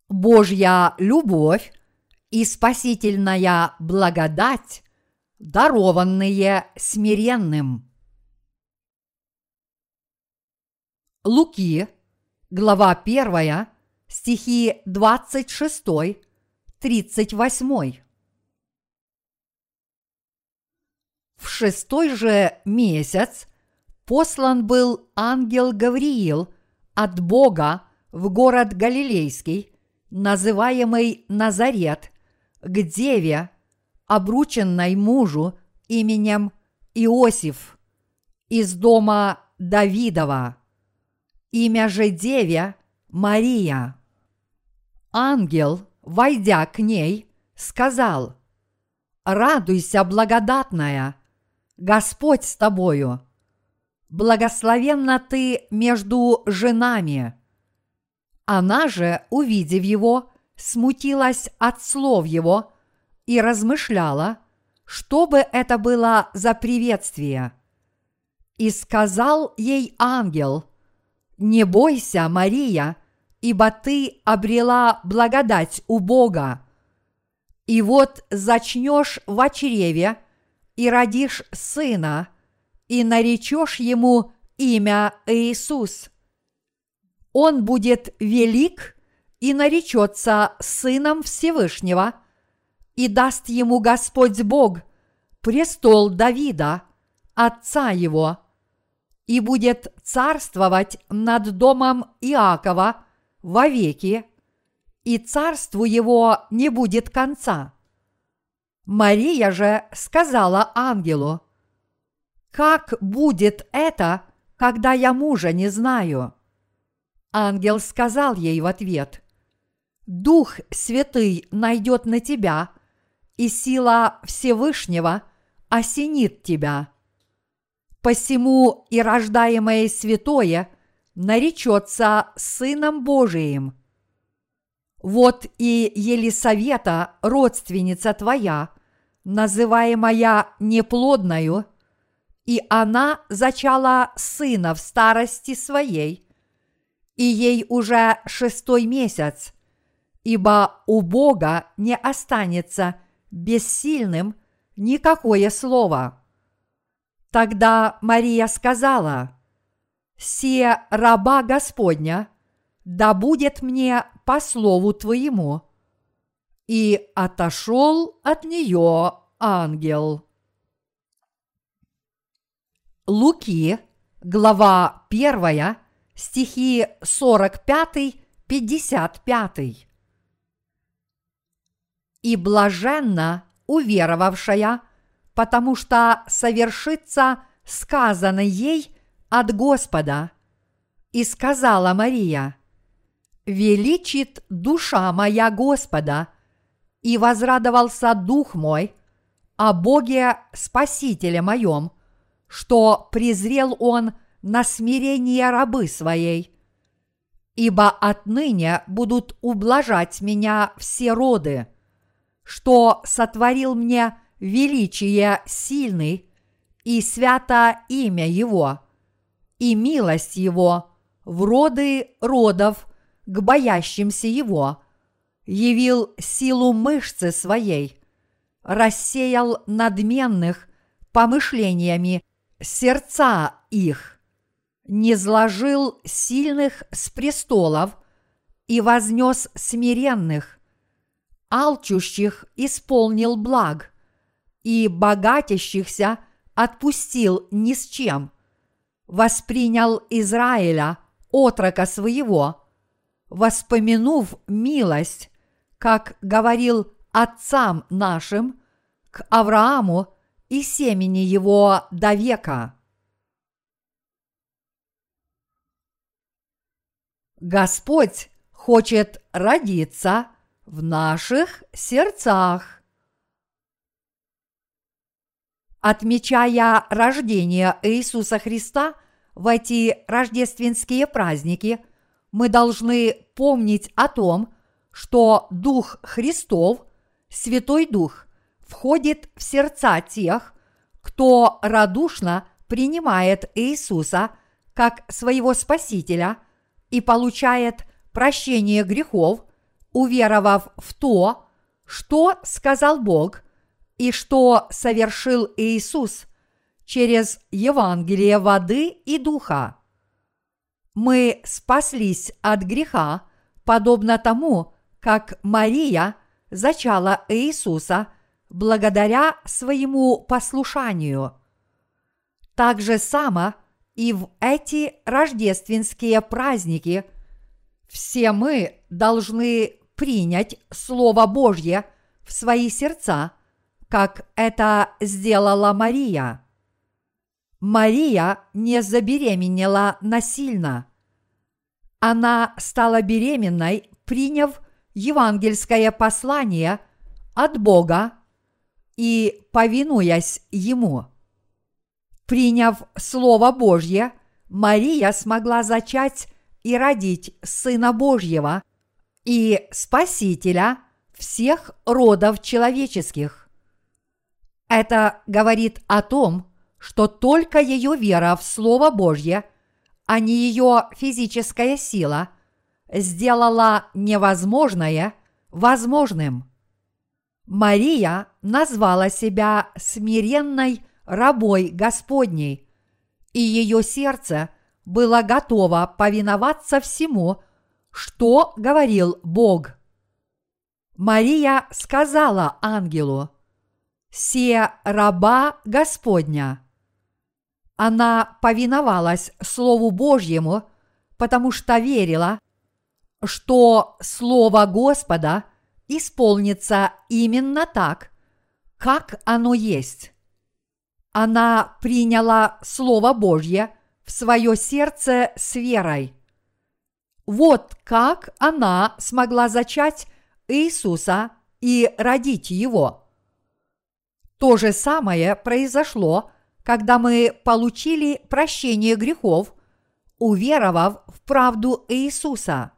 Божья любовь и спасительная благодать, дарованные смиренным. Луки, глава 1, стихи 26-38. В 6-й же месяц послан был ангел Гавриил от Бога в город Галилейский, называемый Назарет, к деве, обрученной мужу именем Иосиф, из дома Давидова. Имя же деве Мария. Ангел, войдя к ней, сказал: «Радуйся, благодатная, Господь с тобою, благословенна ты между женами». Она же, увидев его, смутилась от слов его и размышляла, что бы это было за приветствие. И сказал ей ангел: «Не бойся, Мария, ибо ты обрела благодать у Бога. И вот зачнешь в чреве и родишь сына, и наречешь ему имя Иисус. Он будет велик и наречется Сыном Всевышнего, и даст ему Господь Бог престол Давида, отца его, и будет царствовать над домом Иакова вовеки, и царству его не будет конца». Мария же сказала ангелу: «Как будет это, когда я мужа не знаю?» Ангел сказал ей в ответ: «Дух Святый найдет на тебя, и сила Всевышнего осенит тебя. Посему и рождаемое святое наречется Сыном Божиим. Вот и Елисавета, родственница твоя, называемая неплодною, и она зачала сына в старости своей, и ей уже 6-й месяц, ибо у Бога не останется бессильным никакое слово». Тогда Мария сказала: «Се раба Господня, да будет мне по слову твоему». И отошел от нее ангел. Луки, глава 1, стихи 45-55. «И блаженна уверовавшая, потому что совершится сказано ей от Господа. И сказала Мария: величит душа моя Господа, и возрадовался дух мой о Боге Спасителе моем, что презрел Он на смирение рабы своей. Ибо отныне будут ублажать меня все роды, что сотворил мне величие сильный, и свято имя Его, и милость Его в роды родов к боящимся Его, явил силу мышцы своей, рассеял надменных помышлениями сердца их, низложил сильных с престолов и вознес смиренных, алчущих исполнил благ, и богатящихся отпустил ни с чем, воспринял Израиля, отрока своего, воспомянув милость, как говорил отцам нашим, к Аврааму и семени его до века». Господь хочет родиться в наших сердцах. Отмечая рождение Иисуса Христа в эти рождественские праздники, мы должны помнить о том, что Дух Христов, Святой Дух, входит в сердца тех, кто радушно принимает Иисуса как своего Спасителя и получает прощение грехов уверовав в то, что сказал Бог и что совершил Иисус через Евангелие воды и духа. Мы спаслись от греха, подобно тому, как Мария зачала Иисуса благодаря своему послушанию. Так же само и в эти рождественские праздники все мы должны принять Слово Божье в свои сердца, как это сделала Мария. Мария не забеременела насильно. Она стала беременной, приняв евангельское послание от Бога и повинуясь Ему. Приняв Слово Божье, Мария смогла зачать и родить Сына Божьего и Спасителя всех родов человеческих. Это говорит о том, что только ее вера в Слово Божье, а не ее физическая сила, сделала невозможное возможным. Мария назвала себя смиренной рабой Господней, и ее сердце было готово повиноваться всему, что говорил Бог. Мария сказала ангелу: «Се раба Господня». Она повиновалась Слову Божьему, потому что верила, что Слово Господа исполнится именно так, как оно есть. Она приняла Слово Божье в свое сердце с верой. Вот как она смогла зачать Иисуса и родить Его. То же самое произошло, когда мы получили прощение грехов, уверовав в правду Иисуса.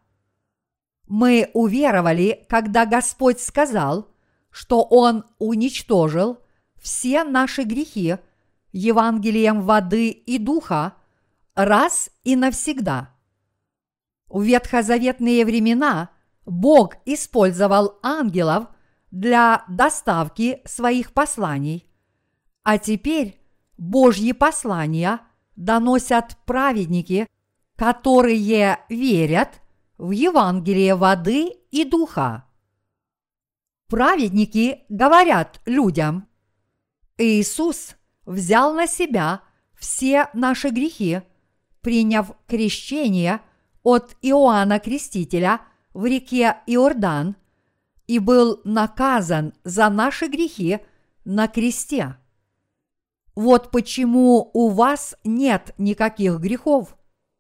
Мы уверовали, когда Господь сказал, что Он уничтожил все наши грехи Евангелием воды и духа раз и навсегда. В ветхозаветные времена Бог использовал ангелов для доставки своих посланий, а теперь Божьи послания доносят праведники, которые верят в Евангелие воды и духа. Праведники говорят людям: Иисус взял на себя все наши грехи, приняв крещение от Иоанна Крестителя в реке Иордан, и был наказан за наши грехи на кресте. Вот почему у вас нет никаких грехов.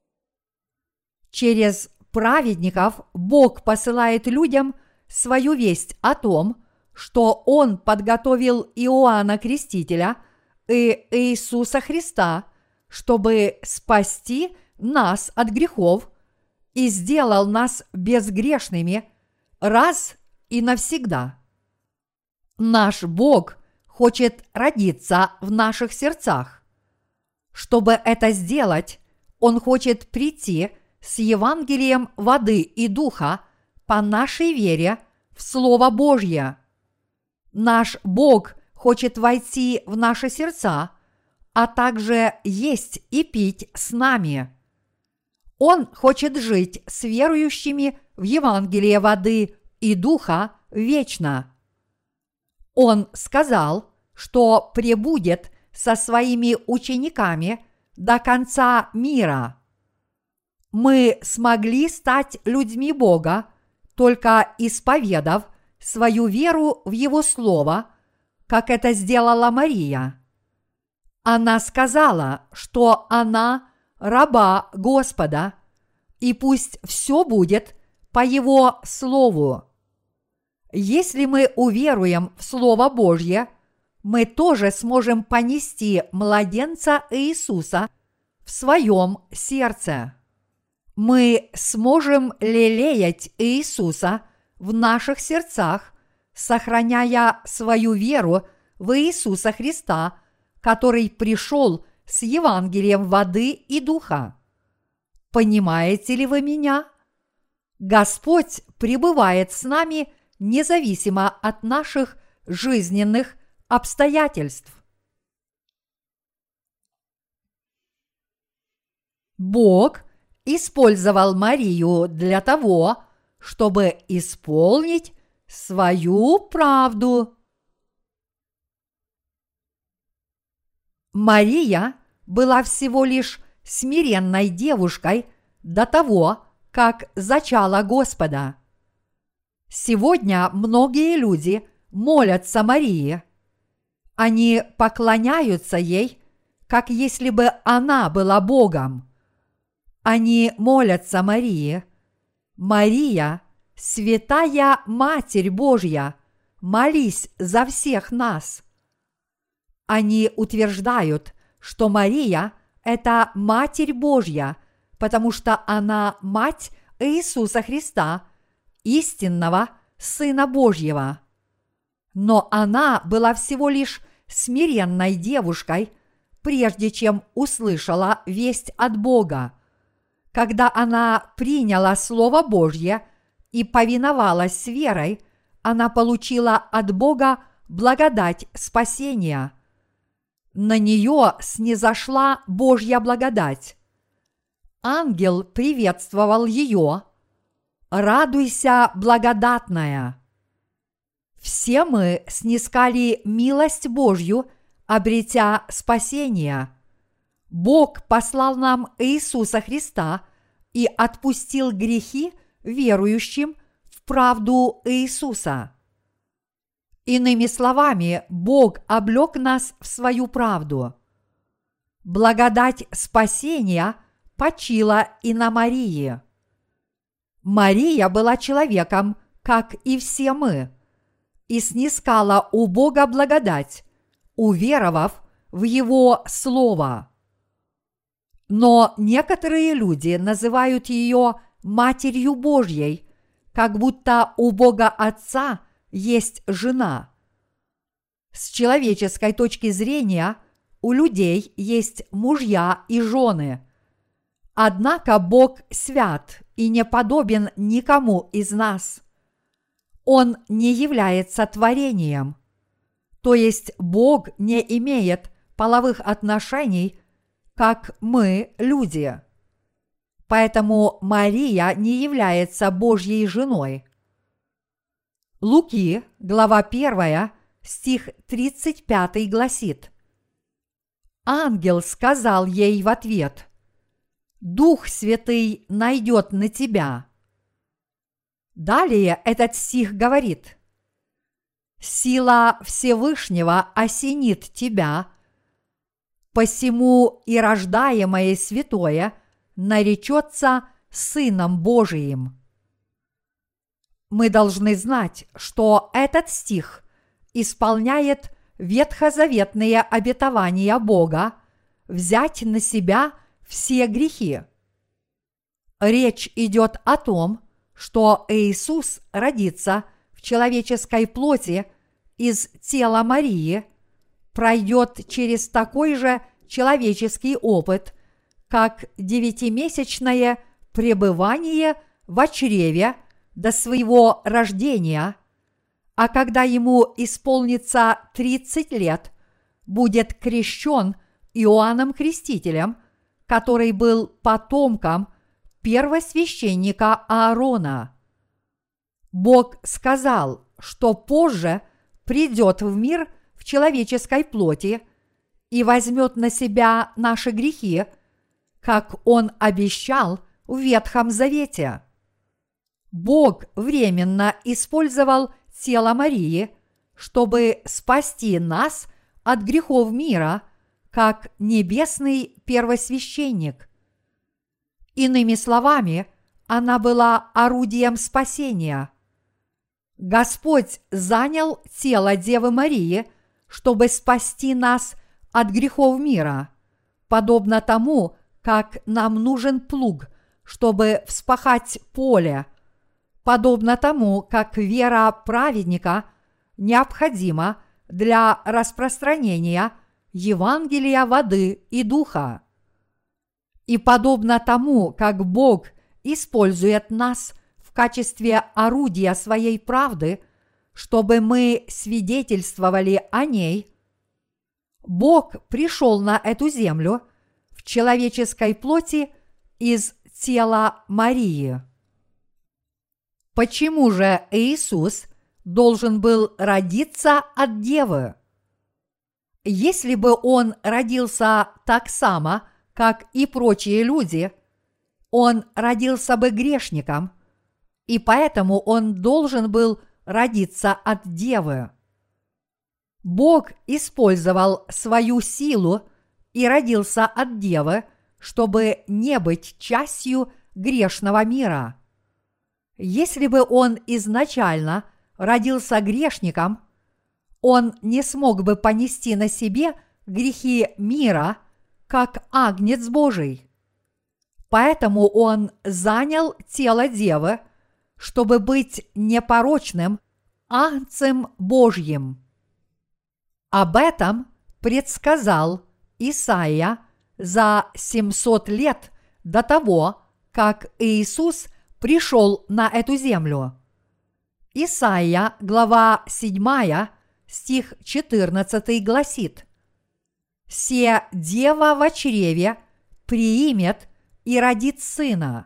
Через праведников Бог посылает людям свою весть о том, что Он подготовил Иоанна Крестителя и Иисуса Христа, чтобы спасти нас от грехов и сделал нас безгрешными раз и навсегда. Наш Бог хочет родиться в наших сердцах. Чтобы это сделать, Он хочет прийти с Евангелием воды и духа по нашей вере в Слово Божье. Наш Бог хочет войти в наши сердца, а также есть и пить с нами. Он хочет жить с верующими в Евангелие воды и духа вечно. Он сказал, что пребудет со своими учениками до конца мира. Мы смогли стать людьми Бога, только исповедав свою веру в Его Слово, как это сделала Мария. Она сказала, что она раба Господа, и пусть все будет по Его Слову. Если мы уверуем в Слово Божье, мы тоже сможем понести младенца Иисуса в своем сердце. Мы сможем лелеять Иисуса в наших сердцах, сохраняя свою веру в Иисуса Христа, который пришел с Евангелием воды и духа. Понимаете ли вы меня? Господь пребывает с нами независимо от наших жизненных обстоятельств. Бог использовал Марию для того, чтобы исполнить свою правду. Мария была всего лишь смиренной девушкой до того, как зачала Господа. Сегодня многие люди молятся Марии. Они поклоняются ей, как если бы она была Богом. Они молятся Марии. Мария, святая Матерь Божья, молись за всех нас. Они утверждают, что Мария – это Матерь Божья, потому что она мать Иисуса Христа, истинного Сына Божьего. Но она была всего лишь смиренной девушкой, прежде чем услышала весть от Бога. Когда она приняла Слово Божье и повиновалась с верой, она получила от Бога благодать спасения. На нее снизошла Божья благодать. Ангел приветствовал ее: «Радуйся, благодатная». Все мы снискали милость Божью, обретя спасение. Бог послал нам Иисуса Христа и отпустил грехи верующим в правду Иисуса. Иными словами, Бог облек нас в свою правду. Благодать спасения почила и на Марии. Мария была человеком, как и все мы, и снискала у Бога благодать, уверовав в Его Слово. Но некоторые люди называют ее Матерью Божьей, как будто у Бога Отца есть жена. С человеческой точки зрения у людей есть мужья и жены. Однако Бог свят и не подобен никому из нас. Он не является творением. То есть Бог не имеет половых отношений, как мы, люди. Поэтому Мария не является Божьей женой. Луки, глава 1, стих 35 гласит: «Ангел сказал ей в ответ: Дух Святый найдет на тебя». Далее этот стих говорит: «Сила Всевышнего осенит тебя, посему и рождаемое святое наречется Сыном Божиим». Мы должны знать, что этот стих исполняет ветхозаветные обетования Бога взять на себя все грехи. Речь идет о том, что Иисус родится в человеческой плоти из тела Марии, пройдет через такой же человеческий опыт, как 9-месячное пребывание в чреве до своего рождения, а когда ему исполнится 30 лет, будет крещен Иоанном Крестителем, который был потомком первосвященника Аарона. Бог сказал, что позже придет в мир в человеческой плоти и возьмет на себя наши грехи, как Он обещал в Ветхом Завете. Бог временно использовал тело Марии, чтобы спасти нас от грехов мира, как небесный первосвященник. Иными словами, она была орудием спасения. Господь занял тело Девы Марии, чтобы спасти нас от грехов мира, подобно тому, как нам нужен плуг, чтобы вспахать поле, подобно тому, как вера праведника необходима для распространения Евангелия воды и духа. И подобно тому, как Бог использует нас в качестве орудия своей правды, чтобы мы свидетельствовали о ней, Бог пришел на эту землю в человеческой плоти из тела Марии. Почему же Иисус должен был родиться от девы? Если бы он родился так само, как и прочие люди, он родился бы грешником, и поэтому он должен был родиться от девы. Бог использовал свою силу и родился от девы, чтобы не быть частью грешного мира. Если бы он изначально родился грешником, он не смог бы понести на себе грехи мира, как Агнец Божий. Поэтому он занял тело девы, чтобы быть непорочным Агнцем Божьим. Об этом предсказал Исаия за 700 лет до того, как Иисус пришел на эту землю. Исаия, глава 7, стих 14 гласит: «Се дева во чреве приимет и родит сына».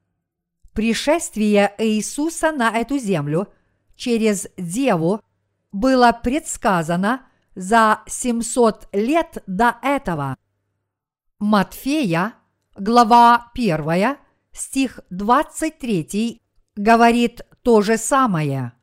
Пришествие Иисуса на эту землю через деву было предсказано за 700 лет до этого. Матфея, глава 1, стих 23 говорит то же самое.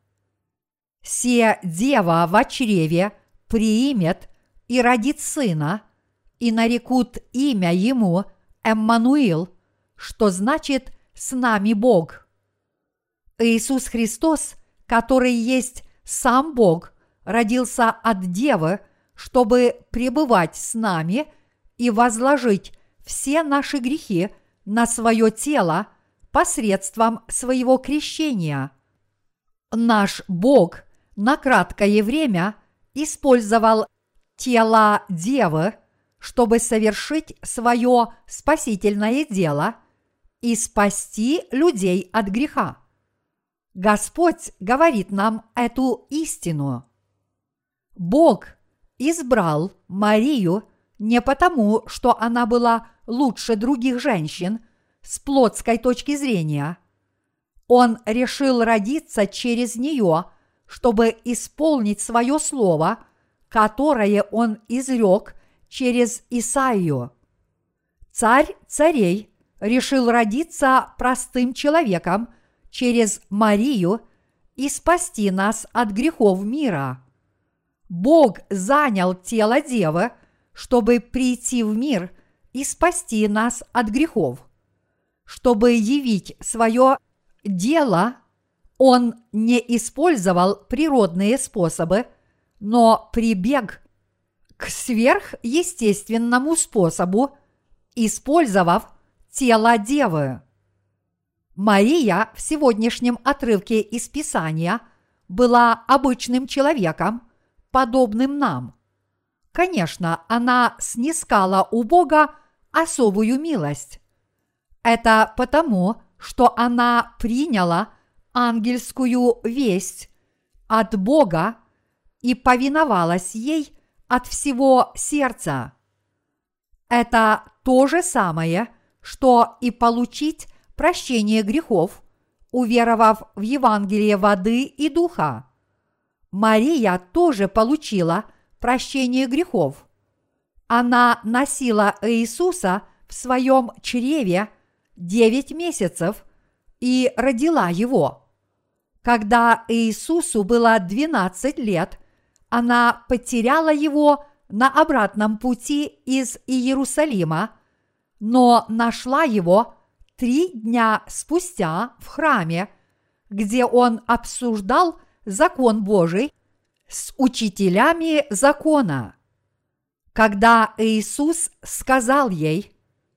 «Се дева во чреве приимет и родит сына, и нарекут имя ему Эммануил, что значит «с нами Бог». Иисус Христос, который есть сам Бог, родился от девы, чтобы пребывать с нами и возложить все наши грехи на свое тело посредством своего крещения. Наш Бог на краткое время использовал тело девы, чтобы совершить свое спасительное дело и спасти людей от греха. Господь говорит нам эту истину. Бог избрал Марию не потому, что она была лучше других женщин с плотской точки зрения. Он решил родиться через нее, чтобы исполнить свое слово, которое он изрек через Исаию. Царь царей решил родиться простым человеком через Марию и спасти нас от грехов мира. Бог занял тело девы, чтобы прийти в мир и спасти нас от грехов. Чтобы явить свое дело, он не использовал природные способы, но прибег к сверхъестественному способу, использовав тело девы. Мария в сегодняшнем отрывке из Писания была обычным человеком, подобным нам. Конечно, она снискала у Бога особую милость. Это потому, что она приняла ангельскую весть от Бога и повиновалась ей от всего сердца. Это то же самое, что и получить прощение грехов, уверовав в Евангелие воды и духа. Мария тоже получила прощение грехов. Она носила Иисуса в своем чреве 9 месяцев и родила его. Когда Иисусу было 12 лет, она потеряла его на обратном пути из Иерусалима, но нашла его 3 дня спустя в храме, где он обсуждал закон Божий с учителями закона. Когда Иисус сказал ей: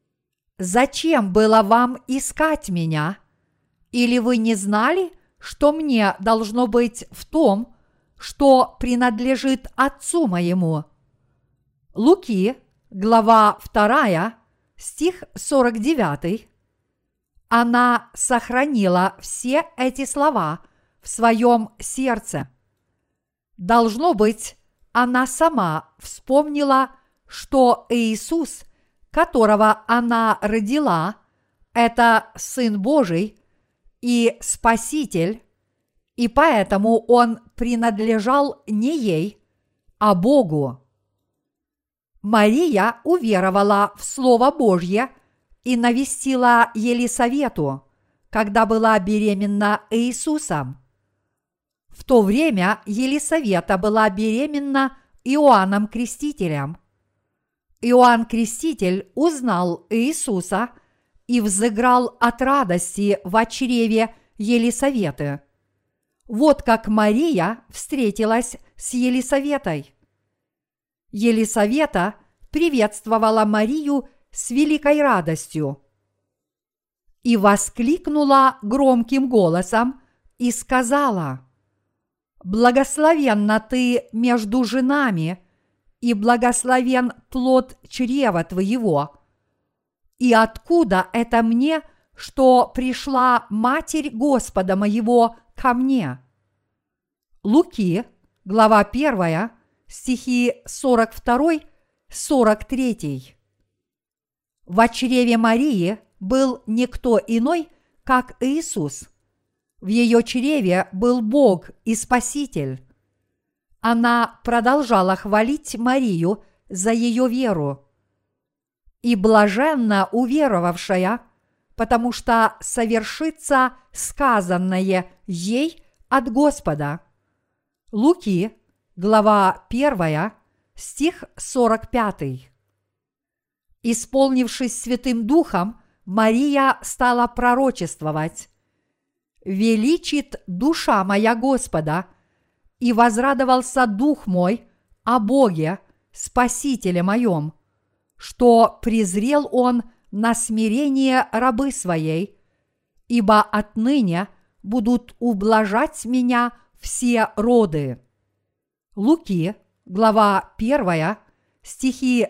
«Зачем было вам искать меня? Или вы не знали, что мне должно быть в том, что принадлежит Отцу моему?» Луки, глава 2, стих 49. она сохранила все эти слова в своем сердце. Должно быть, она сама вспомнила, что Иисус, которого она родила, это Сын Божий и Спаситель, и поэтому Он принадлежал не ей, а Богу. Мария уверовала в Слово Божье и навестила Елисавету, когда была беременна Иисусом. В то время Елисавета была беременна Иоанном Крестителем. Иоанн Креститель узнал Иисуса и взыграл от радости в чреве Елисаветы. Вот как Мария встретилась с Елисаветой. Елисавета приветствовала Марию с великой радостью и воскликнула громким голосом и сказала: «Благословенна ты между женами, и благословен плод чрева твоего. И откуда это мне, что пришла Матерь Господа моего ко мне?» Луки, глава 1, стихи 42-43. Во чреве Марии был никто иной, как Иисус. В ее чреве был Бог и Спаситель. Она продолжала хвалить Марию за ее веру. «И блаженна уверовавшая, потому что совершится сказанное ей от Господа». Луки, глава 1, стих 45. Исполнившись Святым Духом, Мария стала пророчествовать: «Величит душа моя Господа, и возрадовался дух мой о Боге, Спасителе моем, что презрел Он на смирение рабы своей, ибо отныне будут ублажать меня все роды». Луки, глава 1, стихи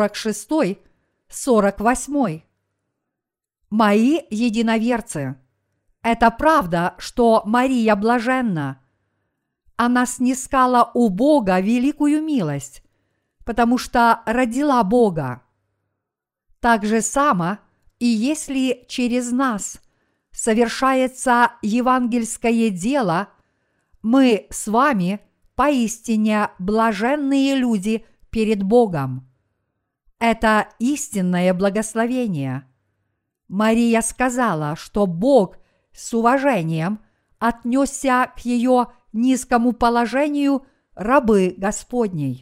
46-48. Мои единоверцы, это правда, что Мария блаженна. Она снискала у Бога великую милость, потому что родила Бога. Так же само, и если через нас совершается евангельское дело, мы с вами поистине блаженные люди перед Богом. Это истинное благословение. Мария сказала, что Бог с уважением отнесся к ее низкому положению рабы Господней.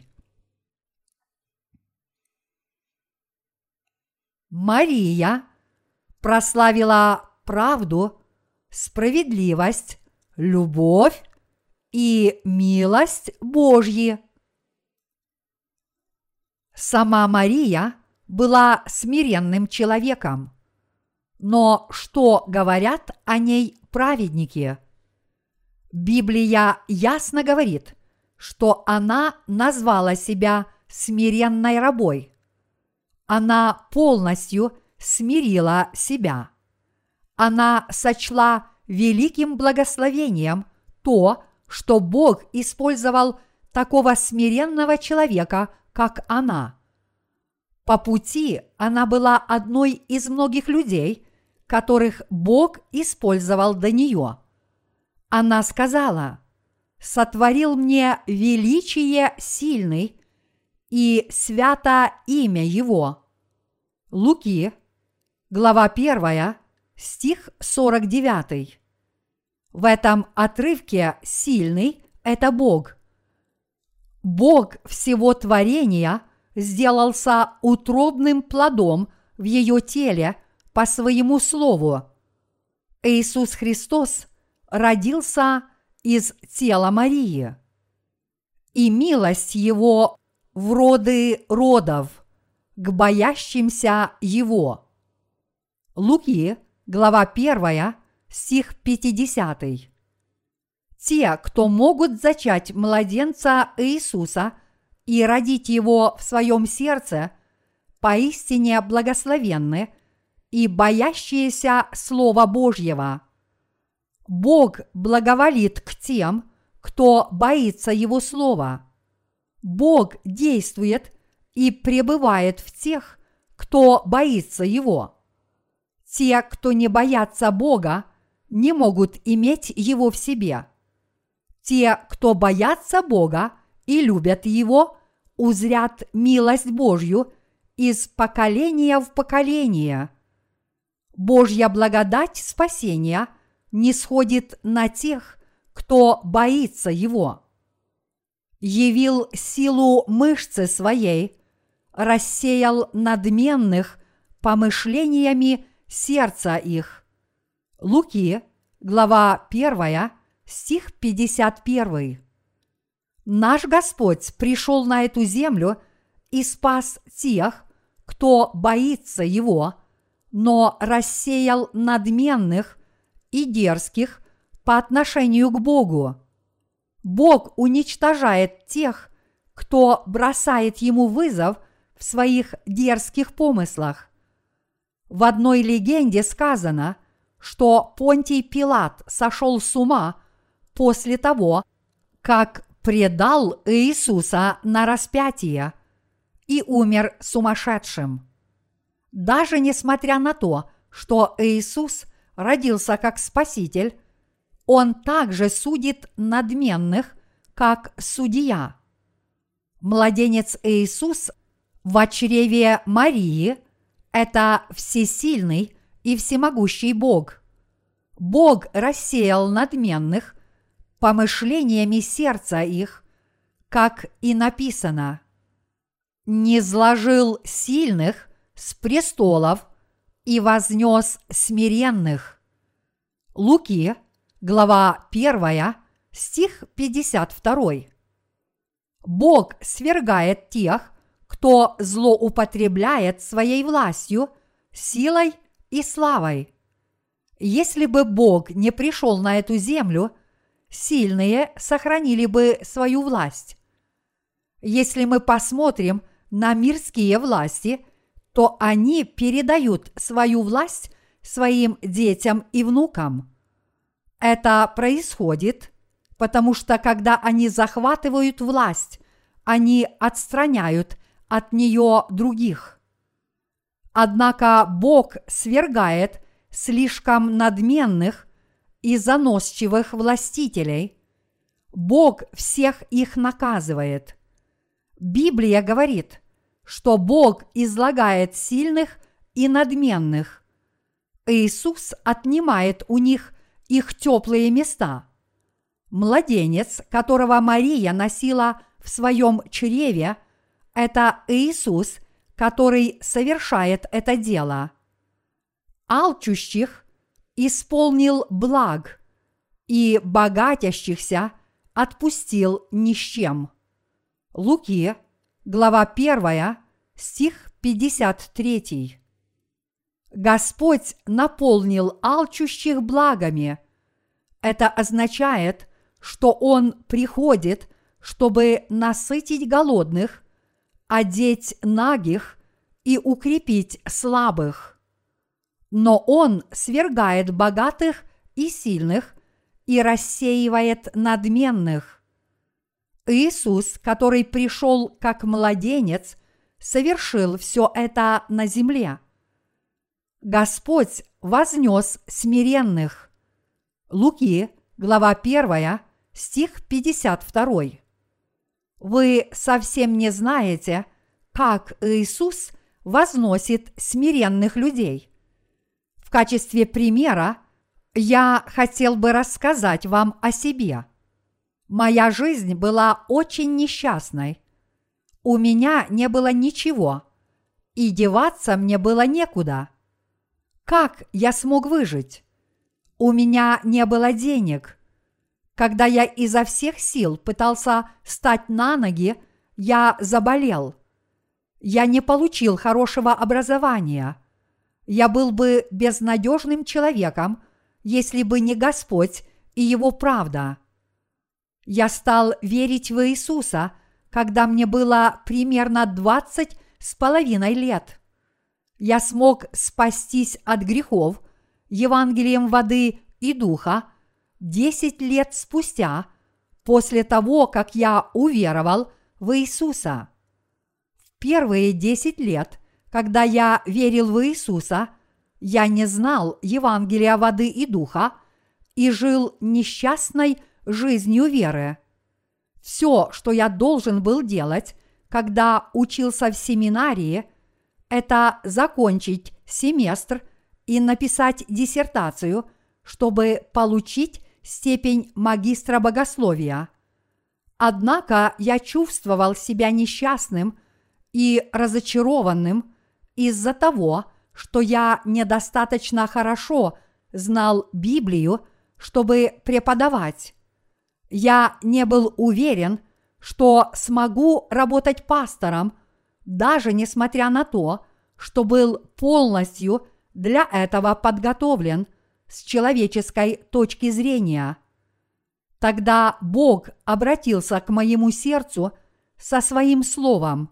Мария прославила правду, справедливость, любовь и милость Божьи. Сама Мария была смиренным человеком. Но что говорят о ней праведники? Библия ясно говорит, что она назвала себя смиренной рабой. Она полностью смирила себя. Она сочла великим благословением то, что Бог использовал такого смиренного человека, как она. По пути она была одной из многих людей, которых Бог использовал до нее. Она сказала: «Сотворил мне величие сильный, и свято имя Его». Луки, глава 1, стих 49. В этом отрывке сильный – это Бог. Бог всего творения сделался утробным плодом в ее теле по своему слову. Иисус Христос родился из тела Марии, и милость Его в роды родов к боящимся Его. Луки, глава 1, стих 50. Те, кто могут зачать младенца Иисуса и родить его в своем сердце, поистине благословенны и боящиеся Слова Божьего. Бог благоволит к тем, кто боится Его Слова. Бог действует и пребывает в тех, кто боится Его. Те, кто не боятся Бога, не могут иметь Его в себе. Те, кто боятся Бога и любят Его, узрят милость Божью из поколения в поколение. Божья благодать спасения нисходит на тех, кто боится Его. Явил силу мышцы своей, рассеял надменных помышлениями сердца их. Луки, глава 1, стих 51. Наш Господь пришел на эту землю и спас тех, кто боится Его, но рассеял надменных и дерзких по отношению к Богу. Бог уничтожает тех, кто бросает Ему вызов в своих дерзких помыслах. В одной легенде сказано, что Понтий Пилат сошел с ума после того, как предал Иисуса на распятие и умер сумасшедшим. Даже несмотря на то, что Иисус родился как Спаситель, Он также судит надменных, как судья. Младенец Иисус в чреве Марии – это всесильный и всемогущий Бог. Бог рассеял надменных помышлениями сердца их, как и написано: «Низложил сильных с престолов и вознес смиренных». Луки, глава 1, стих 52. Бог свергает тех, кто злоупотребляет своей властью, силой и славой. Если бы Бог не пришел на эту землю, сильные сохранили бы свою власть. Если мы посмотрим на мирские власти, то они передают свою власть своим детям и внукам. Это происходит, потому что когда они захватывают власть, они отстраняют от нее других. Однако Бог свергает слишком надменных и заносчивых властителей. Бог всех их наказывает. Библия говорит, что Бог излагает сильных и надменных. Иисус отнимает у них их теплые места. Младенец, которого Мария носила в своем чреве, это Иисус, который совершает это дело. Алчущих исполнил благ, и богатящихся отпустил ни с чем. Луки, глава 1, стих 53. Господь наполнил алчущих благами. Это означает, что Он приходит, чтобы насытить голодных, одеть нагих и укрепить слабых. Но Он свергает богатых и сильных и рассеивает надменных. Иисус, который пришел как младенец, совершил все это на земле. Господь вознес смиренных. Луки, глава 1, стих 52. Вы совсем не знаете, как Иисус возносит смиренных людей. В качестве примера я хотел бы рассказать вам о себе. Моя жизнь была очень несчастной. У меня не было ничего, и деваться мне было некуда. Как я смог выжить? У меня не было денег. Когда я изо всех сил пытался встать на ноги, я заболел. Я не получил хорошего образования. Я был бы безнадежным человеком, если бы не Господь и Его правда. Я стал верить в Иисуса, когда мне было примерно 20 с половиной лет. я смог спастись от грехов Евангелием воды и духа 10 лет спустя, после того, как я уверовал в Иисуса. В первые 10 лет, когда я верил в Иисуса, я не знал Евангелия воды и духа и жил несчастной жизнью веры. Все, что я должен был делать, когда учился в семинарии, это закончить семестр и написать диссертацию, чтобы получить степень магистра богословия. Однако я чувствовал себя несчастным и разочарованным из-за того, что я недостаточно хорошо знал Библию, чтобы преподавать. Я не был уверен, что смогу работать пастором, даже несмотря на то, что был полностью для этого подготовлен с человеческой точки зрения. Тогда Бог обратился к моему сердцу со своим словом: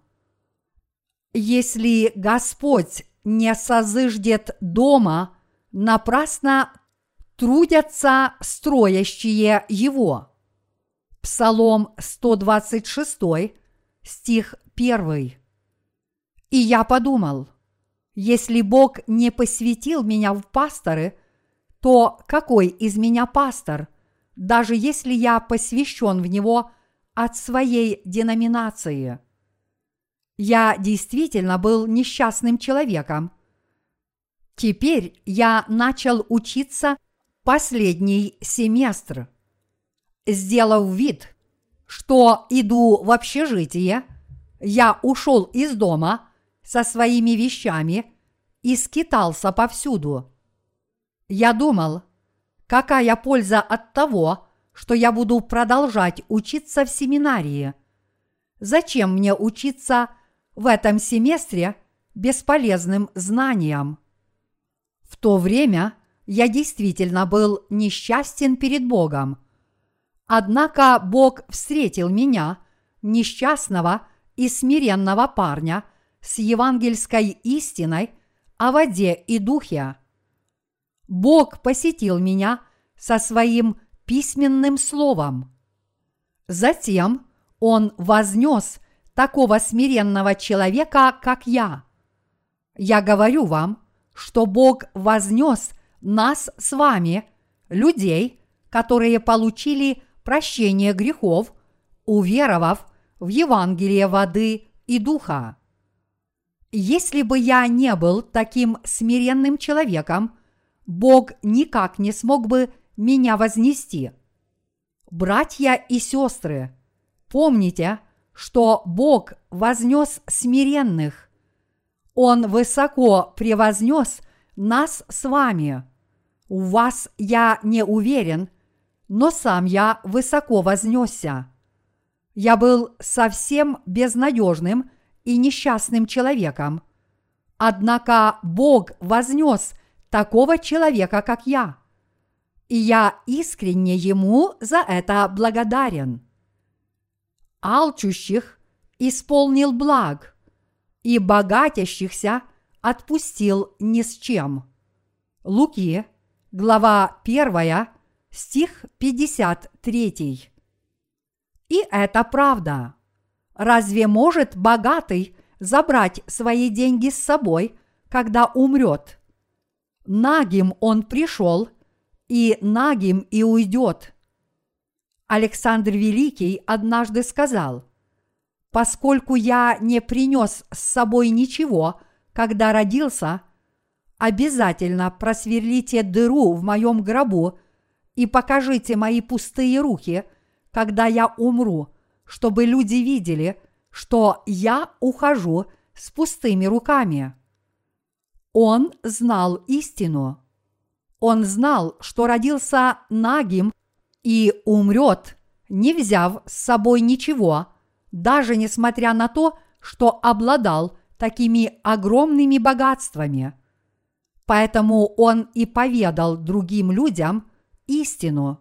«Если Господь не созыждет дома, напрасно трудятся строящие его». Псалом 126, стих 1. И я подумал: если Бог не посвятил меня в пасторы, то какой из меня пастор, даже если я посвящен в него от своей деноминации? Я действительно был несчастным человеком. Теперь я начал учиться последний семестр. Сделав вид, что иду в общежитие, я ушел из дома со своими вещами и скитался повсюду. Я думал, какая польза от того, что я буду продолжать учиться в семинарии? Зачем мне учиться в этом семестре бесполезным знаниям? В то время я действительно был несчастен перед Богом. Однако Бог встретил меня, несчастного и смиренного парня, с евангельской истиной о воде и духе. Бог посетил меня со своим письменным словом. Затем Он вознес такого смиренного человека, как я. Я говорю вам, что Бог вознес нас с вами, людей, которые получили прощение грехов, уверовав в Евангелие воды и духа. Если бы я не был таким смиренным человеком, Бог никак не смог бы меня вознести. Братья и сестры, помните, что Бог вознес смиренных. Он высоко превознес нас с вами. У вас я не уверен, но сам я высоко вознесся. Я был совсем безнадежным и несчастным человеком. Однако Бог вознес такого человека, как я. И я искренне Ему за это благодарен. Алчущих исполнил благ, и богатящихся отпустил ни с чем. Луки, глава 1, стих 53. И это правда. Разве может богатый забрать свои деньги с собой, когда умрет? Нагим он пришел, и нагим и уйдет. Александр Великий однажды сказал: «Поскольку я не принес с собой ничего, когда родился, обязательно просверлите дыру в моем гробу и покажите мои пустые руки, когда я умру, чтобы люди видели, что я ухожу с пустыми руками». Он знал истину. Он знал, что родился нагим и умрет, не взяв с собой ничего, даже несмотря на то, что обладал такими огромными богатствами. Поэтому он и поведал другим людям истину.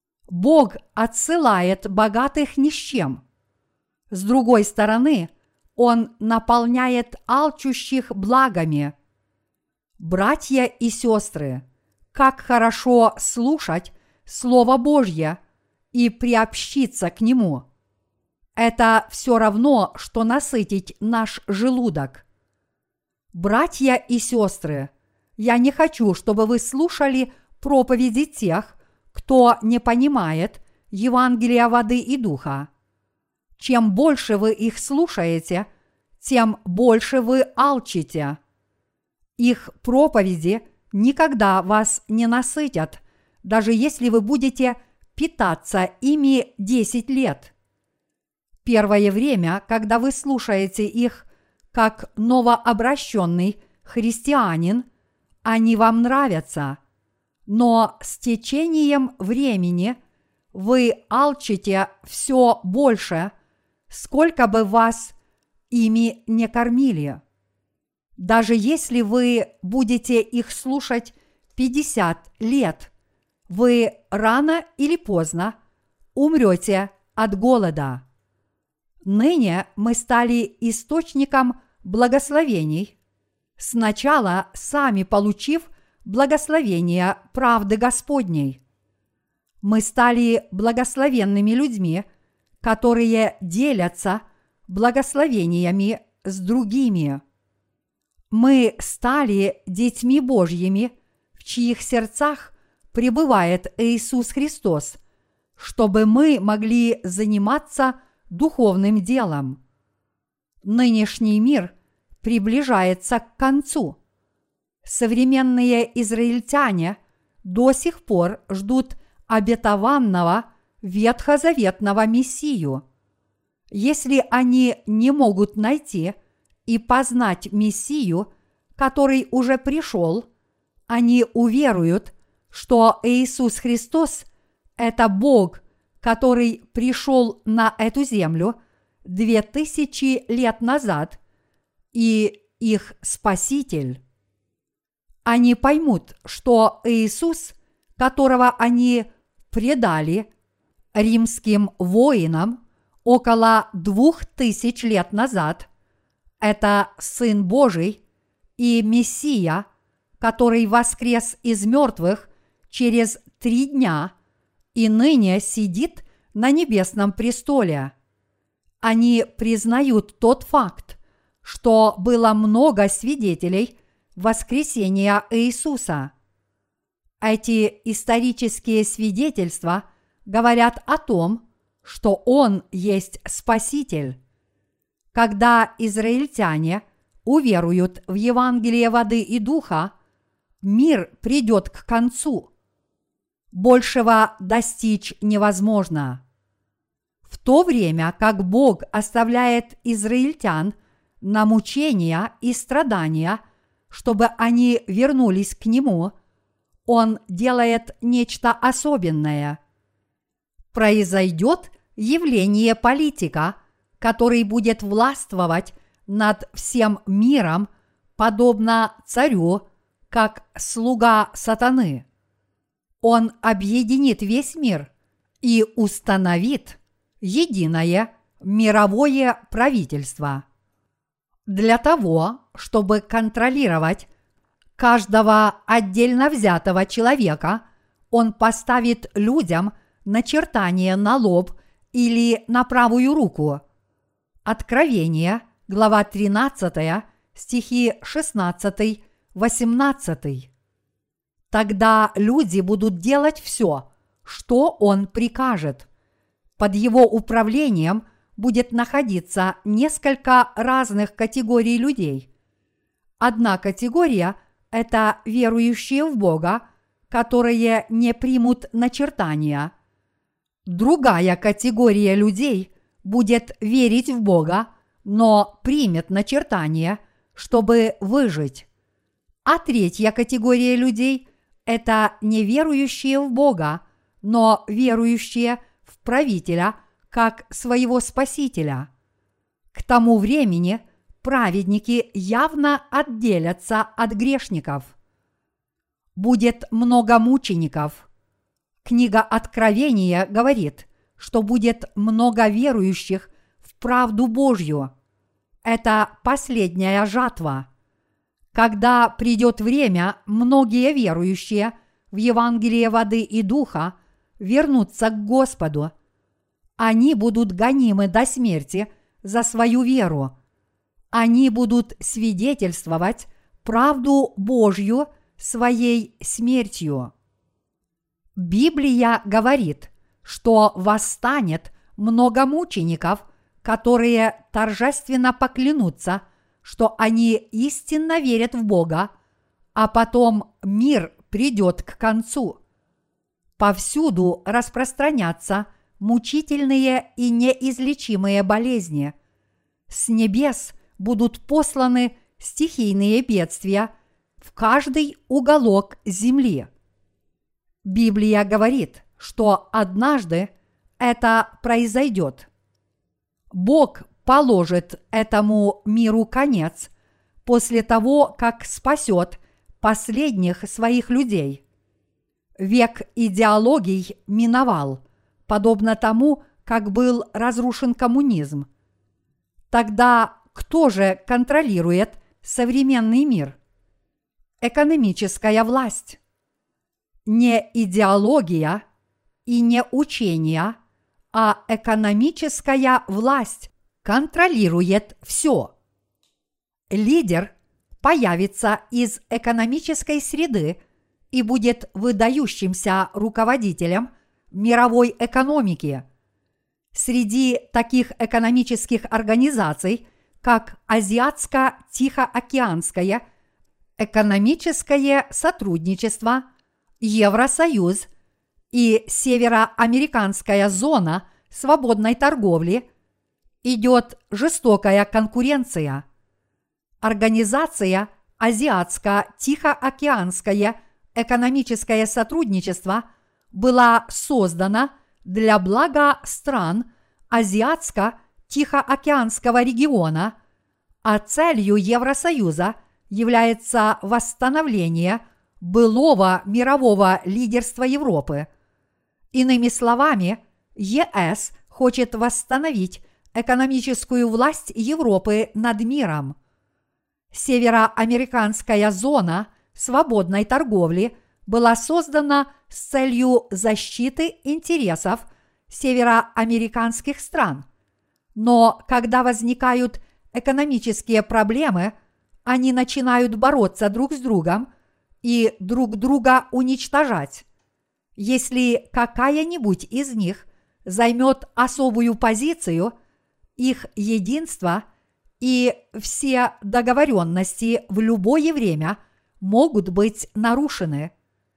Бог отсылает богатых ни с чем. С другой стороны, Он наполняет алчущих благами. Братья и сестры, как хорошо слушать Слово Божье и приобщиться к нему. Это все равно, что насытить наш желудок. Братья и сестры, я не хочу, чтобы вы слушали проповеди тех, кто не понимает Евангелия воды и духа. Чем больше вы их слушаете, тем больше вы алчите. Их проповеди никогда вас не насытят, даже если вы будете питаться ими 10 лет. Первое время, когда вы слушаете их как новообращенный христианин, они вам нравятся, но с течением времени вы алчите все больше, сколько бы вас ими не кормили. Даже если вы будете их слушать 50 лет, вы рано или поздно умрете от голода. Ныне мы стали источником благословений, сначала сами получив благословение правды Господней. Мы стали благословенными людьми, которые делятся благословениями с другими. Мы стали детьми Божьими, в чьих сердцах пребывает Иисус Христос, чтобы мы могли заниматься духовным делом. Нынешний мир приближается к концу. Современные израильтяне до сих пор ждут обетованного ветхозаветного Мессию. Если они не могут найти и познать Мессию, который уже пришел, они уверуют, что Иисус Христос – это Бог, который пришел на эту землю 2000 лет назад, и их Спаситель. Они поймут, что Иисус, которого они предали римским воинам около 2000 лет назад, это Сын Божий и Мессия, который воскрес из мертвых через 3 дня и ныне сидит на небесном престоле. Они признают тот факт, что было много свидетелей воскресения Иисуса. Эти исторические свидетельства говорят о том, что Он есть Спаситель. Когда израильтяне уверуют в Евангелие воды и духа, мир придет к концу. Большего достичь невозможно. В то время как Бог оставляет израильтян на мучения и страдания, чтобы они вернулись к Нему, Он делает нечто особенное. Произойдет явление политика, который будет властвовать над всем миром, подобно царю, как слуга сатаны. Он объединит весь мир и установит единое мировое правительство. Для того, чтобы контролировать каждого отдельно взятого человека, он поставит людям начертание на лоб или на правую руку. Откровение, глава 13, стихи 16-18. Тогда люди будут делать все, что он прикажет. Под его управлением будет находиться несколько разных категорий людей. Одна категория – это верующие в Бога, которые не примут начертания. Другая категория людей будет верить в Бога, но примет начертание, чтобы выжить. А третья категория людей – это неверующие в Бога, но верующие в правителя как своего Спасителя. К тому времени праведники явно отделятся от грешников. Будет много мучеников. Книга Откровения говорит, что будет много верующих в правду Божью. это последняя жатва. Когда придет время, многие верующие в Евангелие воды и духа вернутся к Господу. Они будут гонимы до смерти за свою веру. Они будут свидетельствовать правду Божью своей смертью. Библия говорит, что восстанет много мучеников, которые торжественно поклянутся, что они истинно верят в Бога, а потом мир придет к концу. Повсюду распространятся мучительные и неизлечимые болезни. С небес будут посланы стихийные бедствия в каждый уголок земли. Библия говорит, что однажды это произойдет. Бог положит этому миру конец после того, как спасет последних своих людей. Век идеологий миновал, подобно тому, как был разрушен коммунизм. Тогда кто же контролирует современный мир? Экономическая власть. Не идеология и не учение, а экономическая власть контролирует все. Лидер появится из экономической среды и будет выдающимся руководителем мировой экономики. Среди таких экономических организаций, как Азиатско-Тихоокеанское экономическое сотрудничество, Евросоюз и Североамериканская зона свободной торговли, идет жестокая конкуренция. Организация Азиатско-Тихоокеанское экономическое сотрудничество была создана для блага стран Азиатско-Тихоокеанского региона, а целью Евросоюза является восстановление былого мирового лидерства Европы. Иными словами, ЕС хочет восстановить экономическую власть Европы над миром. Североамериканская зона свободной торговли была создана с целью защиты интересов североамериканских стран. Но когда возникают экономические проблемы, они начинают бороться друг с другом и друг друга уничтожать. Если какая-нибудь из них займет особую позицию, их единство и все договоренности в любое время могут быть нарушены.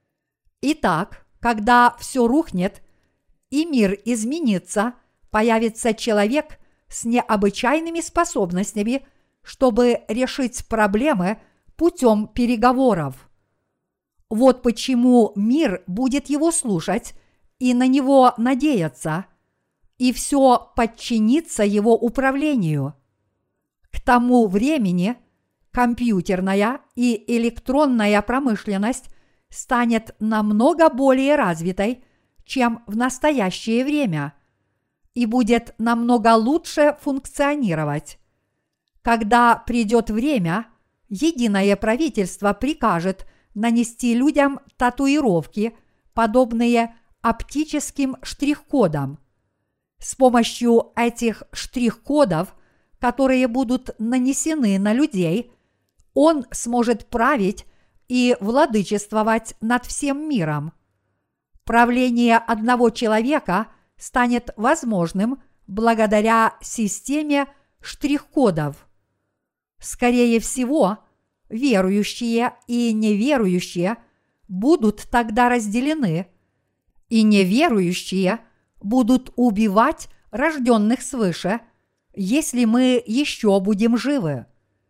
Итак, когда все рухнет и мир изменится, появится человек с необычайными способностями, чтобы решить проблемы путем переговоров. Вот почему мир будет его слушать и на него надеяться, и все подчинится его управлению. К тому времени компьютерная и электронная промышленность станет намного более развитой, чем в настоящее время, и будет намного лучше функционировать. Когда придет время, единое правительство прикажет нанести людям татуировки, подобные оптическим штрих-кодам. С помощью этих штрих-кодов, которые будут нанесены на людей, он сможет править и владычествовать над всем миром. Правление одного человека станет возможным благодаря системе штрих-кодов. Скорее всего, верующие и неверующие будут тогда разделены, и неверующие будут убивать рожденных свыше, если мы еще будем живы.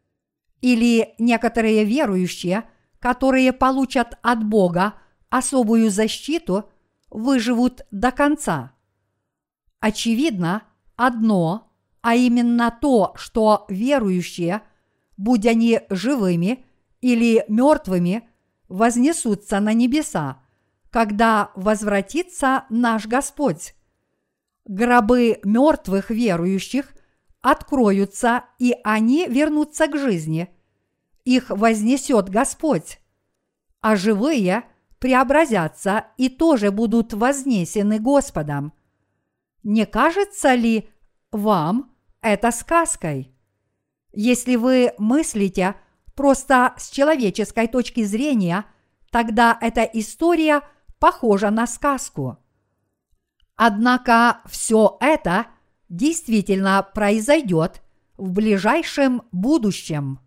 Или некоторые верующие, которые получат от Бога особую защиту, выживут до конца. Очевидно одно, а именно то, что верующие, будь они живыми или мертвыми, вознесутся на небеса, когда возвратится наш Господь. Гробы мертвых верующих откроются, и они вернутся к жизни. Их вознесет Господь, а живые преобразятся и тоже будут вознесены Господом. Не кажется ли вам это сказкой? Если вы мыслите просто с человеческой точки зрения, тогда эта история похожа на сказку. Однако все это действительно произойдет в ближайшем будущем.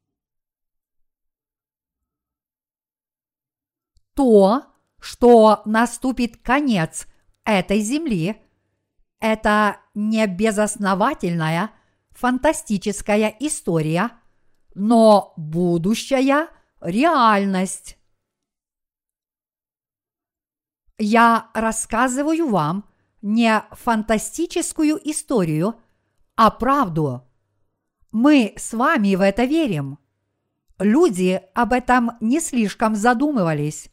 То, что наступит конец этой земли, это не безосновательная фантастическая история, но будущая реальность. Я рассказываю вам не фантастическую историю, а правду. Мы с вами в это верим. Люди об этом не слишком задумывались.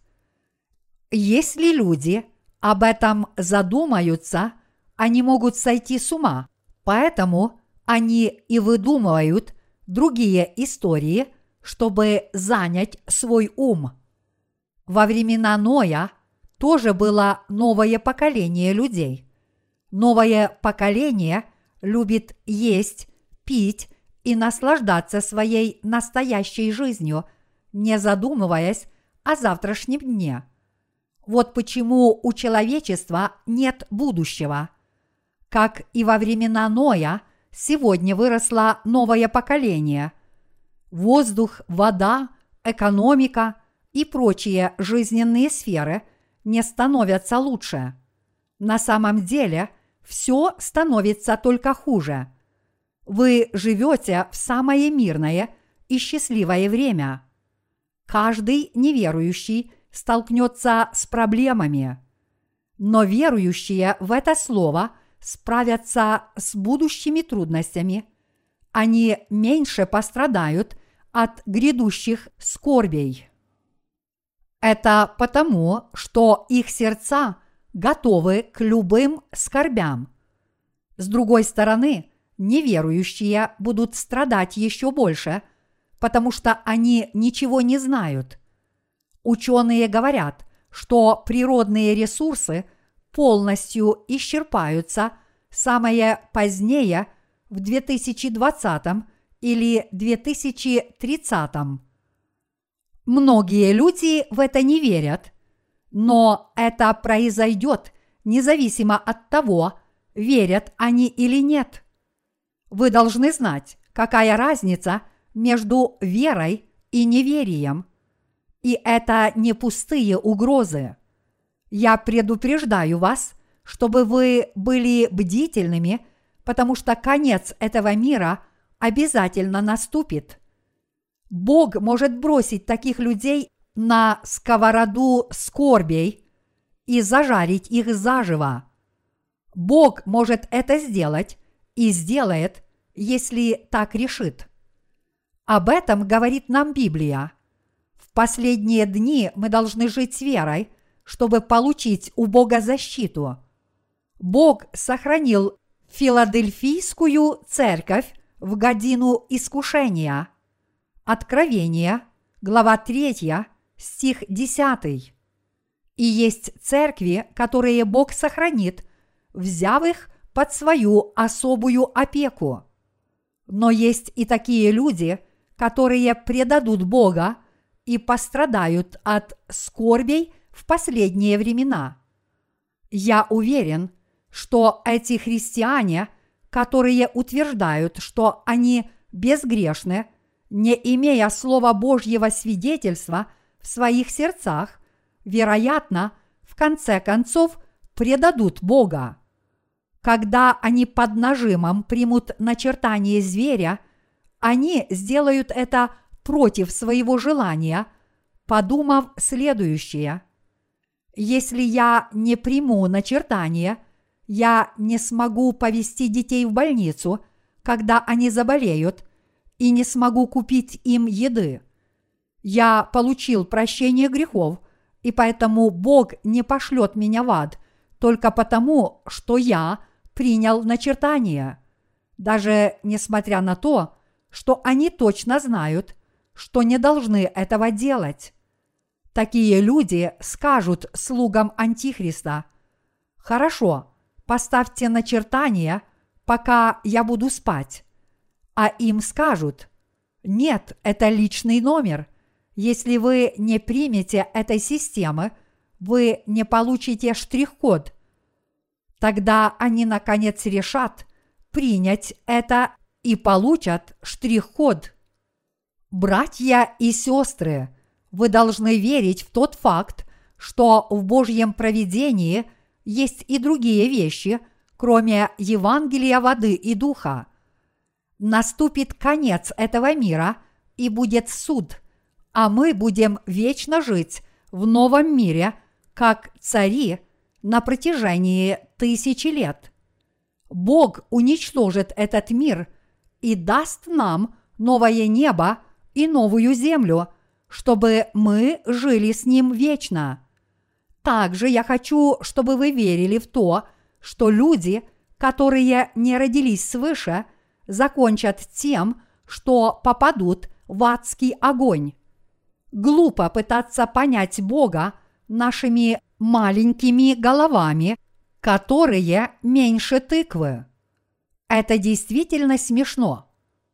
Если люди об этом задумаются, они могут сойти с ума, поэтому они и выдумывают другие истории, чтобы занять свой ум. Во времена Ноя тоже было новое поколение людей. Новое поколение любит есть, пить и наслаждаться своей настоящей жизнью, не задумываясь о завтрашнем дне. Вот почему у человечества нет будущего. Как и во времена Ноя, сегодня выросло новое поколение. Воздух, вода, экономика и прочие жизненные сферы не становятся лучше. На самом деле все становится только хуже. Вы живете в самое мирное и счастливое время. Каждый неверующий столкнется с проблемами, но верующие в это слово справятся с будущими трудностями. Они меньше пострадают от грядущих скорбей. Это потому, что их сердца готовы к любым скорбям. С другой стороны, неверующие будут страдать еще больше, потому что они ничего не знают. Ученые говорят, что природные ресурсы полностью исчерпаются самое позднее в 2020 или 2030. Многие люди в это не верят, но это произойдет независимо от того, верят они или нет. Вы должны знать, какая разница между верой и неверием. И это не пустые угрозы. Я предупреждаю вас, чтобы вы были бдительными, потому что конец этого мира обязательно наступит. Бог может бросить таких людей на сковороду скорбей и зажарить их заживо. Бог может это сделать и сделает, если так решит. Об этом говорит нам Библия. В последние дни мы должны жить с верой, чтобы получить у Бога защиту. Бог сохранил Филадельфийскую церковь в годину искушения. Откровение, глава 3, стих 10. И есть церкви, которые Бог сохранит, взяв их под свою особую опеку. Но есть и такие люди, которые предадут Бога и пострадают от скорбей в последние времена. Я уверен, что эти христиане, которые утверждают, что они безгрешны, не имея Слова Божьего свидетельства в своих сердцах, вероятно, в конце концов предадут Бога. Когда они под нажимом примут начертание зверя, они сделают это против своего желания, подумав следующее: если я не приму начертание, я не смогу повести детей в больницу, когда они заболеют, и не смогу купить им еды. Я получил прощение грехов, и поэтому Бог не пошлет меня в ад только потому, что я принял начертание. даже несмотря на то, что они точно знают, что не должны этого делать. Такие люди скажут слугам Антихриста: «Хорошо, поставьте начертание, пока я буду спать». А им скажут: «Нет, это личный номер. Если вы не примете этой системы, вы не получите штрих-код». Тогда они наконец решат принять это и получат штрих-код. Братья и сестры, вы должны верить в тот факт, что в Божьем провидении есть и другие вещи, кроме Евангелия воды и духа. Наступит конец этого мира, и будет суд, а мы будем вечно жить в новом мире, как цари, на протяжении 1000 лет. Бог уничтожит этот мир и даст нам новое небо и новую землю, чтобы мы жили с Ним вечно. Также я хочу, чтобы вы верили в то, что люди, которые не родились свыше, закончат тем, что попадут в адский огонь. Глупо пытаться понять Бога нашими маленькими головами, которые меньше тыквы. Это действительно смешно.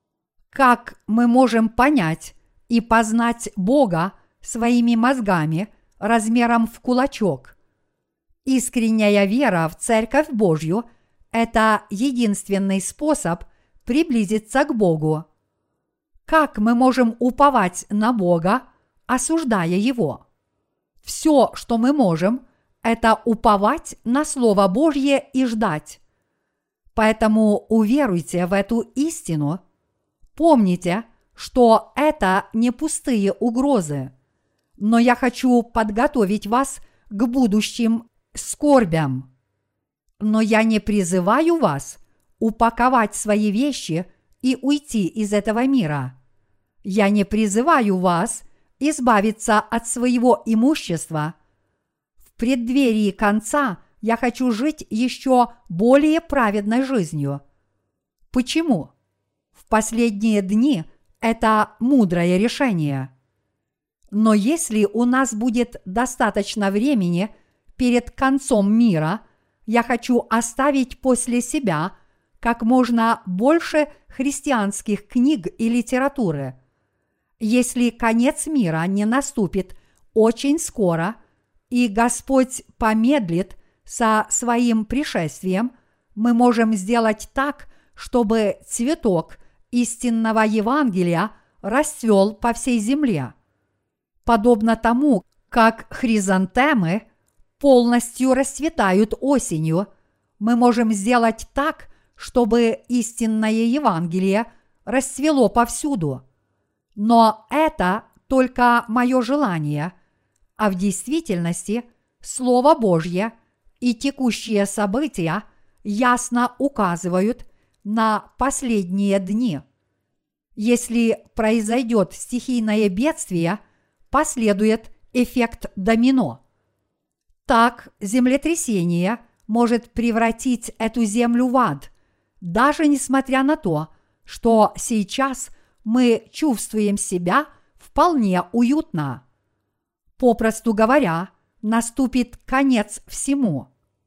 Как мы можем понять и познать Бога своими мозгами размером в кулачок? Искренняя вера в Церковь Божью – это единственный способ приблизиться к Богу. Как мы можем уповать на Бога, осуждая Его? Все, что мы можем, это уповать на Слово Божье и ждать. Поэтому уверуйте в эту истину. Помните, что это не пустые угрозы. Но я хочу подготовить вас к будущим скорбям. Но я не призываю вас упаковать свои вещи и уйти из этого мира. Я не призываю вас избавиться от своего имущества. В преддверии конца я хочу жить еще более праведной жизнью. Почему? В последние дни это мудрое решение. Но если у нас будет достаточно времени перед концом мира, я хочу оставить после себя как можно больше христианских книг и литературы. Если конец мира не наступит очень скоро, и Господь помедлит со своим пришествием, мы можем сделать так, чтобы цветок истинного Евангелия расцвел по всей земле. Подобно тому, как хризантемы полностью расцветают осенью, мы можем сделать так, чтобы истинное Евангелие расцвело повсюду. Но это только мое желание, а в действительности Слово Божье и текущие события ясно указывают на последние дни. Если произойдет стихийное бедствие, последует эффект домино. Так землетрясение может превратить эту землю в ад, даже несмотря на то, что сейчас мы чувствуем себя вполне уютно. Попросту говоря, наступит конец всему.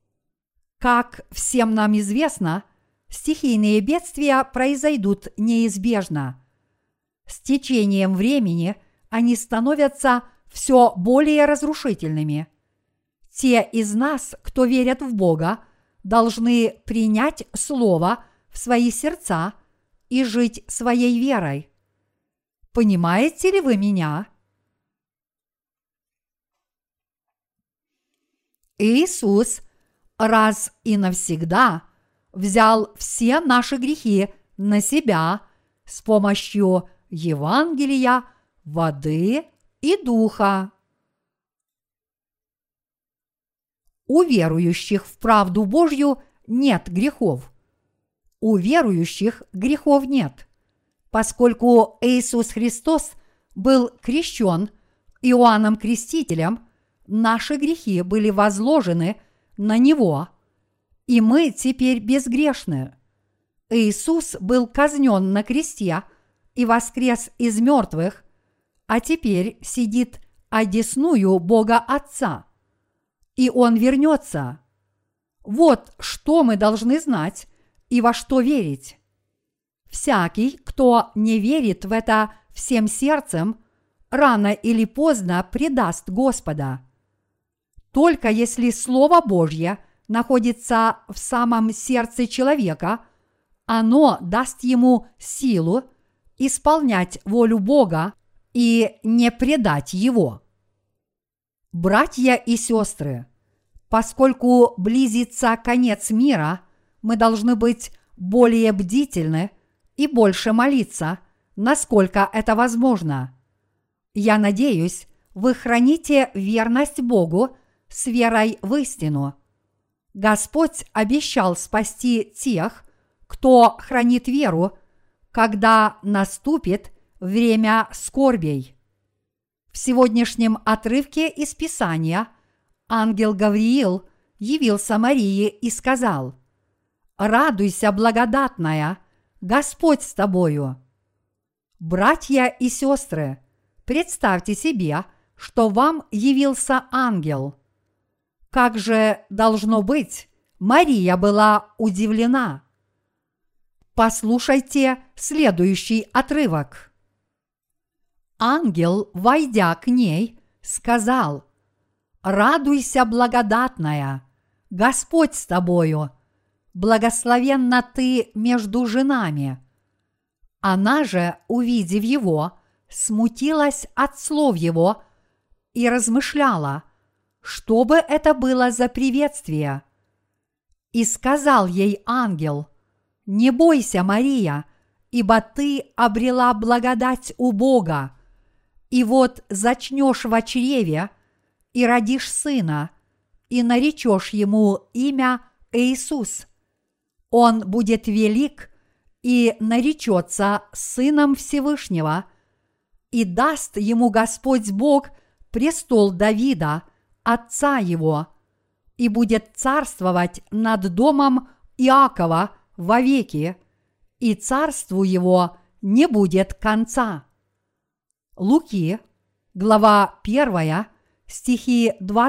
Как всем нам известно, стихийные бедствия произойдут неизбежно. С течением времени они становятся все более разрушительными. Те из нас, кто верят в Бога, должны принять Слово в свои сердца и жить своей верой. Понимаете ли вы меня? Иисус раз и навсегда взял все наши грехи на себя с помощью Евангелия, воды и духа. У верующих в правду Божью нет грехов. У верующих грехов нет, поскольку Иисус Христос был крещен Иоанном Крестителем, наши грехи были возложены на Него, и мы теперь безгрешны. Иисус был казнен на кресте и воскрес из мертвых, а теперь сидит одесную Бога Отца, и Он вернется. Вот что мы должны знать и во что верить. Всякий, кто не верит в это всем сердцем, рано или поздно предаст Господа. Только если Слово Божье находится в самом сердце человека, оно даст ему силу исполнять волю Бога и не предать Его. Братья и сестры, поскольку близится конец мира, мы должны быть более бдительны и больше молиться, насколько это возможно. Я надеюсь, вы храните верность Богу с верой в истину. Господь обещал спасти тех, кто хранит веру, когда наступит время скорбей. В сегодняшнем отрывке из Писания ангел Гавриил явился Марии и сказал: «Радуйся, благодатная, Господь с тобою». Братья и сестры, представьте себе, что вам явился ангел. Как же должно быть, Мария была удивлена. Послушайте следующий отрывок. Ангел, войдя к ней, сказал: «Радуйся, благодатная, Господь с тобою, благословенна ты между женами». Она же, увидев его, смутилась от слов его и размышляла, что бы это было за приветствие. И сказал ей ангел: «Не бойся, Мария, ибо ты обрела благодать у Бога, и вот зачнешь в чреве и родишь сына, и наречешь ему имя Иисус. Он будет велик и наречется Сыном Всевышнего, и даст ему Господь Бог престол Давида, отца его, и будет царствовать над домом Иакова вовеки, и царству его не будет конца». Луки, глава 1, стихи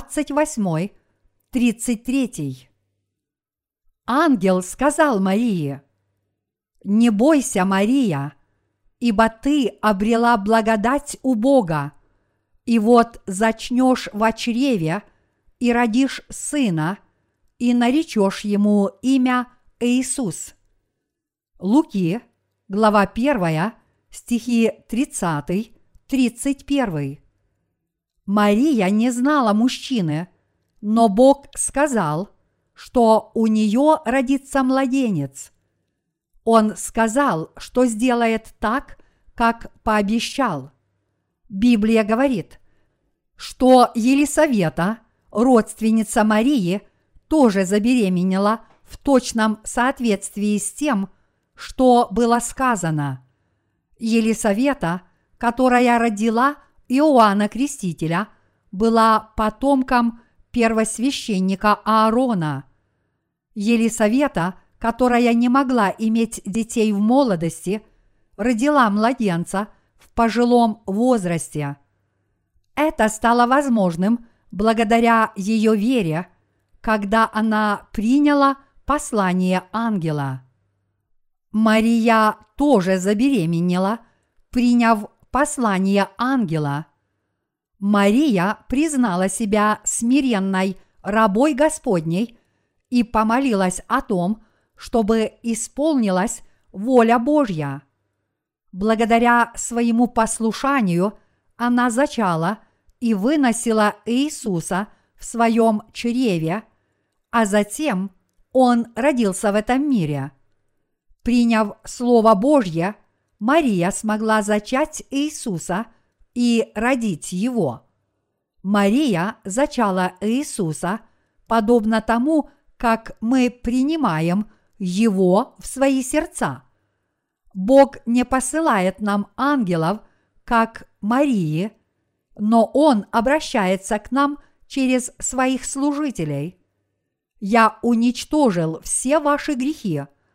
28-33. Ангел сказал Марии: «Не бойся, Мария, ибо ты обрела благодать у Бога, и вот зачнешь в чреве и родишь сына, и наречешь ему имя Иисус». Луки, глава 1, стихи 30-31. Мария не знала мужчины, но Бог сказал, что у нее родится младенец. Он сказал, что сделает так, как пообещал. Библия говорит, что Елисавета, родственница Марии, тоже забеременела в точном соответствии с тем, что было сказано. Елисавета, которая родила Иоанна Крестителя, была потомком первосвященника Аарона. Елисавета, которая не могла иметь детей в молодости, родила младенца в пожилом возрасте. Это стало возможным благодаря ее вере, когда она приняла послание ангела. Мария тоже забеременела, приняв послание ангела. Мария признала себя смиренной рабой Господней и помолилась о том, чтобы исполнилась воля Божья. Благодаря своему послушанию она зачала и выносила Иисуса в своем чреве, а затем Он родился в этом мире. Приняв Слово Божье, Мария смогла зачать Иисуса и родить Его. Мария зачала Иисуса, подобно тому, как мы принимаем Его в свои сердца. Бог не посылает нам ангелов, как Марии, но Он обращается к нам через своих служителей. «Я уничтожил все ваши грехи.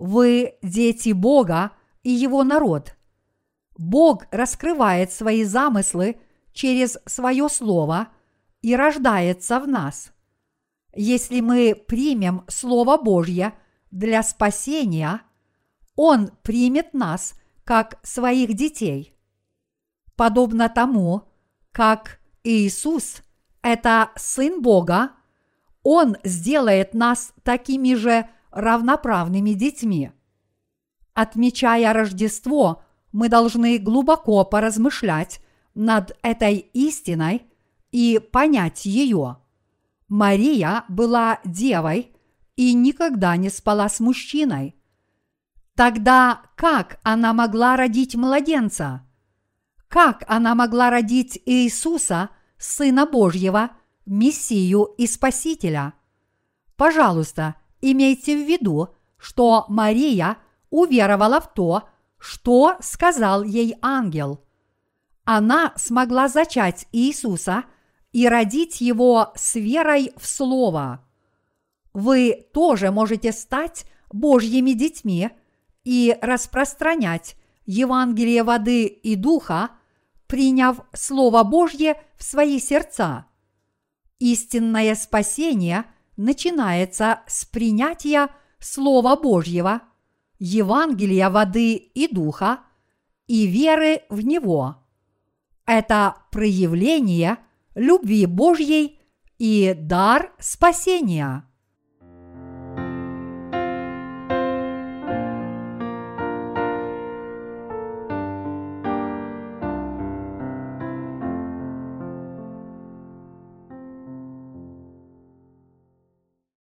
Вы дети Бога и Его народ. Бог раскрывает свои замыслы через свое Слово и рождается в нас. Если мы примем Слово Божье для спасения, Он примет нас как своих детей. Подобно тому, как Иисус – это Сын Бога, Он сделает нас такими же равноправными детьми. Отмечая Рождество, мы должны глубоко поразмышлять над этой истиной и понять ее. Мария была девой и никогда не спала с мужчиной. Тогда как она могла родить младенца? Как она могла родить Иисуса, Сына Божьего, Мессию и Спасителя? Пожалуйста, имейте в виду, что Мария уверовала в то, что сказал ей ангел. Она смогла зачать Иисуса и родить его с верой в Слово. Вы тоже можете стать Божьими детьми и распространять Евангелие воды и духа, приняв Слово Божье в свои сердца. Истинное спасение начинается с принятия Слова Божьего, Евангелия воды и духа и веры в него. Это проявление любви Божьей и дар спасения.